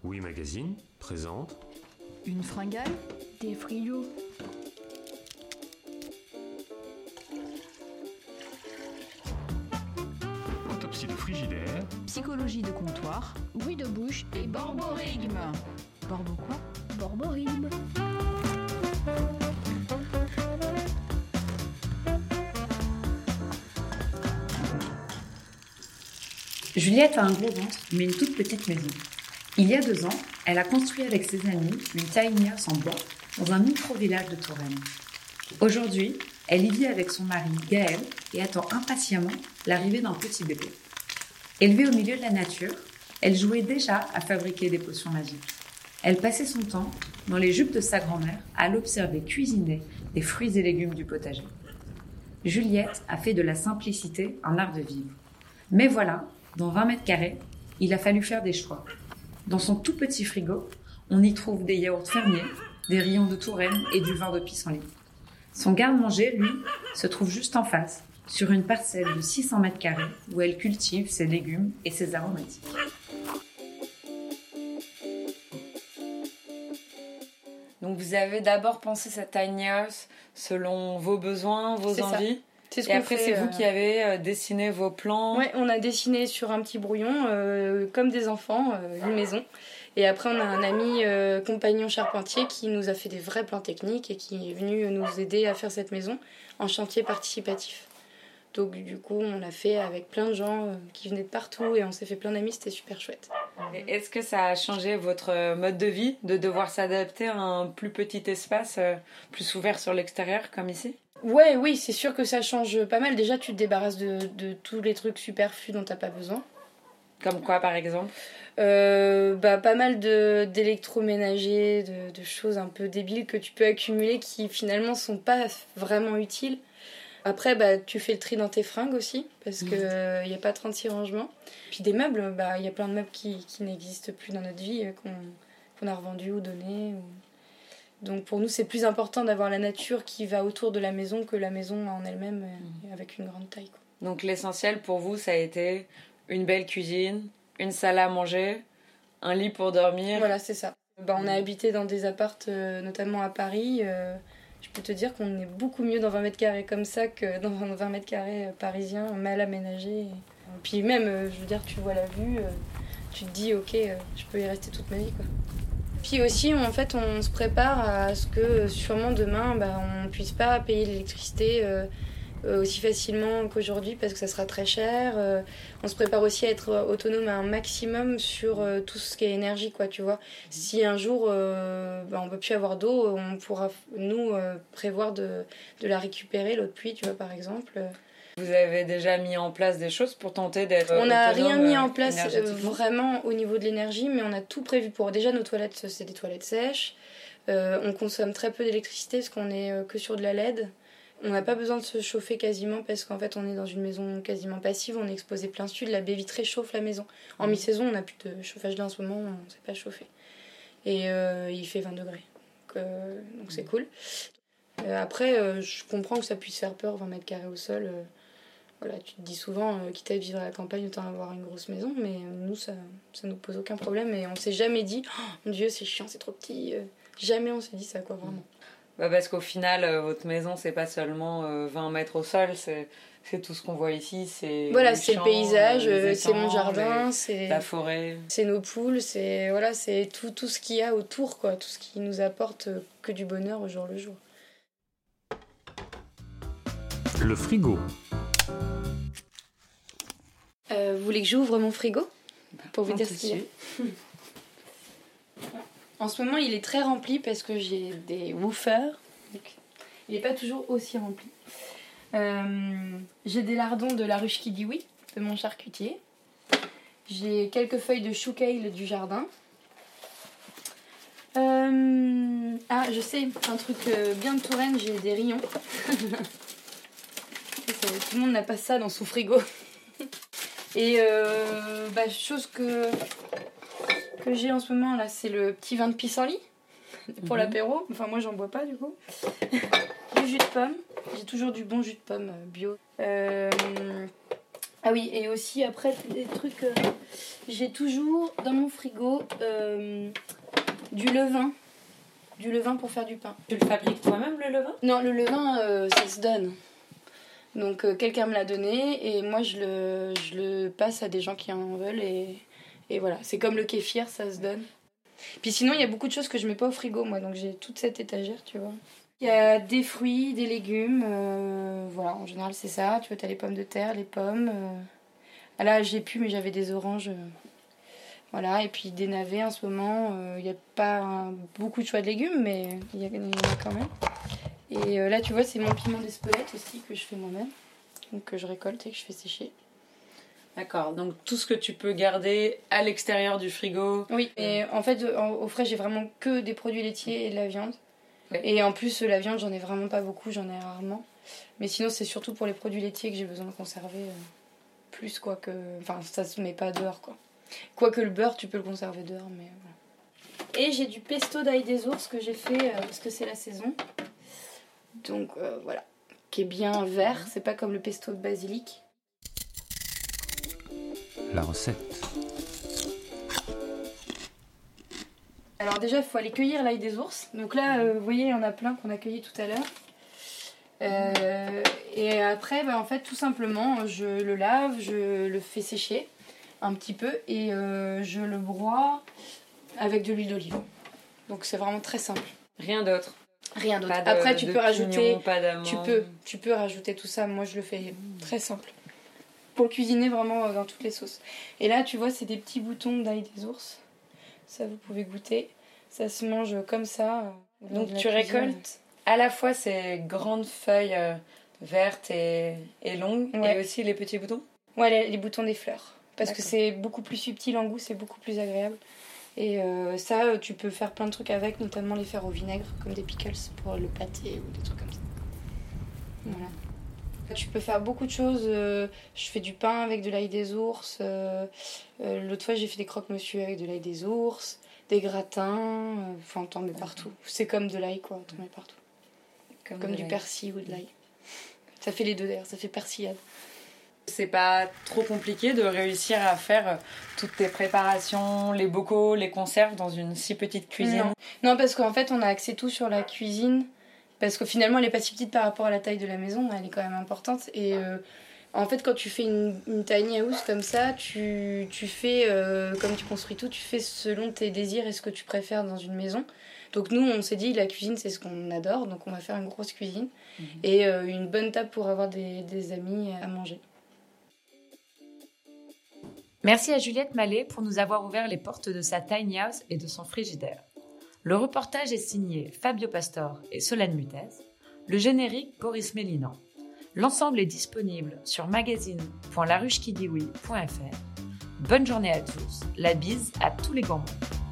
Oui Magazine présente Une fringale, des frigos, Autopsie de frigidaire, psychologie de comptoir bruit de bouche et borborigme. Borbo quoi? Borborigme. Juliette a un gros ventre, mais une toute petite maison. Il y a 2 ans, elle a construit avec ses amis une tiny house en bois dans un micro-village de Touraine. Aujourd'hui, elle y vit avec son mari Gaël et attend impatiemment l'arrivée d'un petit bébé. Élevée au milieu de la nature, elle jouait déjà à fabriquer des potions magiques. Elle passait son temps dans les jupes de sa grand-mère à l'observer cuisiner des fruits et légumes du potager. Juliette a fait de la simplicité un art de vivre. Mais voilà, dans 20 mètres carrés, il a fallu faire des choix. Dans son tout petit frigo, on y trouve des yaourts fermiers, des rayons de Touraine et du vin de pissenlit. Son garde-manger, lui, se trouve juste en face, sur une parcelle de 600 mètres carrés où elle cultive ses légumes et ses aromatiques. Donc vous avez d'abord pensé cette tiny house selon vos besoins, vos envies. C'est ce et qu'on après, fait, c'est vous qui avez dessiné vos plans. Ouais, on a dessiné sur un petit brouillon, comme des enfants, une maison. Et après, on a un ami compagnon charpentier qui nous a fait des vrais plans techniques et qui est venu nous aider à faire cette maison en chantier participatif. Donc du coup, on l'a fait avec plein de gens qui venaient de partout et on s'est fait plein d'amis, c'était super chouette. Et est-ce que ça a changé votre mode de vie, de devoir s'adapter à un plus petit espace, plus ouvert sur l'extérieur, comme ici ? Ouais, oui, c'est sûr que ça change pas mal. Déjà, tu te débarrasses de tous les trucs superflus dont t'as pas besoin. Comme quoi, par exemple ? Pas mal d'électroménagers, de choses un peu débiles que tu peux accumuler qui finalement sont pas vraiment utiles. Après, tu fais le tri dans tes fringues aussi, parce qu'il n'y a pas 36 rangements. Puis des meubles, y a plein de meubles qui n'existent plus dans notre vie, qu'on a revendus ou donnés. Donc pour nous, c'est plus important d'avoir la nature qui va autour de la maison que la maison en elle-même, avec une grande taille, quoi. Donc l'essentiel pour vous, ça a été une belle cuisine, une salle à manger, un lit pour dormir. Voilà, c'est ça. On a habité dans des appartes, notamment à Paris. Je peux te dire qu'on est beaucoup mieux dans 20 mètres carrés comme ça que dans 20 mètres carrés parisiens, mal aménagés. Puis même, je veux dire, tu vois la vue, tu te dis, ok, je peux y rester toute ma vie, quoi. Puis aussi, en fait, on se prépare à ce que sûrement demain, on ne puisse pas payer l'électricité aussi facilement qu'aujourd'hui parce que ça sera très cher. On se prépare aussi à être autonome à un maximum sur tout ce qui est énergie, quoi, tu vois. Si un jour on peut plus avoir d'eau, on pourra nous prévoir de la récupérer, l'eau de pluie, tu vois, par exemple. Vous avez déjà mis en place des choses pour tenter d'être On n'a rien mis en place vraiment au niveau de l'énergie, mais on a tout prévu pour. Déjà, nos toilettes, c'est des toilettes sèches. On consomme très peu d'électricité parce qu'on est que sur de la LED. On n'a pas besoin de se chauffer quasiment parce qu'en fait, on est dans une maison quasiment passive. On est exposé plein sud. La baie vitrée chauffe la maison. En mi-saison, on n'a plus de chauffage là en ce moment. On ne sait pas chauffer. Et il fait 20 degrés. Donc c'est cool. Après, je comprends que ça puisse faire peur, 20 mètres carrés au sol. Voilà, tu te dis souvent, quitte à vivre à la campagne, autant avoir une grosse maison, mais nous, ça nous pose aucun problème et on s'est jamais dit « Oh mon Dieu, c'est chiant, c'est trop petit ». Jamais on s'est dit ça, quoi, vraiment. Parce qu'au final, votre maison, c'est pas seulement 20 mètres au sol, c'est tout ce qu'on voit ici. C'est le paysage, c'est mon jardin, c'est la forêt. C'est nos poules, c'est tout ce qu'il y a autour, quoi, tout ce qui nous apporte que du bonheur au jour le jour. le frigo. Vous voulez que j'ouvre mon frigo pour vous dire ce qu'il y a? En ce moment, il est très rempli parce que j'ai des woofers. Il n'est pas toujours aussi rempli. J'ai des lardons de la ruche qui dit oui, de mon charcutier. J'ai quelques feuilles de chou kale du jardin. Je sais, un truc bien de Touraine, j'ai des rillons. Tout le monde n'a pas ça dans son frigo. Et chose que j'ai en ce moment là, c'est le petit vin de pissenlit pour l'apéro. Enfin, moi j'en bois pas du coup. Du jus de pomme. J'ai toujours du bon jus de pomme bio. Ah oui, et aussi après des trucs... j'ai toujours dans mon frigo du levain. Du levain pour faire du pain. Tu le fabriques toi-même, le levain ? Non, le levain, ça se donne. Donc quelqu'un me l'a donné et moi je le passe à des gens qui en veulent et voilà. C'est comme le kéfir, ça se donne. Puis sinon, il y a beaucoup de choses que je mets pas au frigo, moi. Donc j'ai toute cette étagère, tu vois. Il y a des fruits, des légumes. Voilà, en général, c'est ça. Tu vois, t'as les pommes de terre, les pommes. Là, j'ai plus, mais j'avais des oranges. Voilà, et puis des navets en ce moment. Il n'y a pas beaucoup de choix de légumes, mais il y en a quand même. Et là, tu vois, c'est mon piment d'Espelette aussi que je fais moi-même. Donc que je récolte et que je fais sécher. D'accord, donc tout ce que tu peux garder à l'extérieur du frigo. Oui, et en fait, au frais, j'ai vraiment que des produits laitiers et de la viande. Ouais. Et en plus, la viande, j'en ai vraiment pas beaucoup, j'en ai rarement. Mais sinon, c'est surtout pour les produits laitiers que j'ai besoin de conserver plus, quoi que... Enfin, ça se met pas dehors, quoi. Quoique le beurre, tu peux le conserver dehors, mais voilà. Et j'ai du pesto d'ail des ours que j'ai fait parce que c'est la saison. Donc, voilà. Qui est bien vert, c'est pas comme le pesto de basilic. La recette. Alors déjà, il faut aller cueillir l'ail des ours. Donc là, vous voyez, il y en a plein qu'on a cueilli tout à l'heure. Et après, en fait, tout simplement, je le lave, je le fais sécher un petit peu et je le broie avec de l'huile d'olive. Donc c'est vraiment très simple. Rien d'autre. Rien d'autre. Pas de, Après, tu de peux rajouter... pignon, pas d'amande. Tu peux rajouter tout ça. Moi, je le fais très simple. Pour le cuisiner vraiment dans toutes les sauces. Et là, tu vois, c'est des petits boutons d'ail des ours. Ça, vous pouvez goûter. Ça se mange comme ça. Donc, tu récoltes à la fois ces grandes feuilles vertes et longues, ouais. Et aussi les petits boutons ? Ouais, les boutons des fleurs. Parce D'accord. que c'est beaucoup plus subtil en goût, c'est beaucoup plus agréable. Et ça, tu peux faire plein de trucs avec, notamment les faire au vinaigre, comme des pickles pour le pâté ou des trucs comme ça. Voilà. Tu peux faire beaucoup de choses. Je fais du pain avec de l'ail des ours. L'autre fois, j'ai fait des croque-monsieur avec de l'ail des ours. Des gratins. Enfin, t'en mets partout. C'est comme de l'ail, quoi. T'en mets partout. Comme du persil ou de l'ail. Ça fait les deux d'ailleurs. Ça fait persillade. C'est pas trop compliqué de réussir à faire toutes tes préparations, les bocaux, les conserves dans une si petite cuisine ? Non, parce qu'en fait, on a axé tout sur la cuisine. Parce que finalement, elle est pas si petite par rapport à la taille de la maison, elle est quand même importante. Et en fait, quand tu fais une tiny house comme ça, tu fais, comme tu construis tout, tu fais selon tes désirs et ce que tu préfères dans une maison. Donc nous, on s'est dit, la cuisine, c'est ce qu'on adore, donc on va faire une grosse cuisine. Et une bonne table pour avoir des amis à manger. Merci à Juliette Mallet pour nous avoir ouvert les portes de sa tiny house et de son frigidaire. Le reportage est signé Fabio Pastor et Solène Mutez. Le générique, Boris Mélinan. L'ensemble est disponible sur magazine.laruchequidioui.fr. Bonne journée à tous. La bise à tous les gourmands.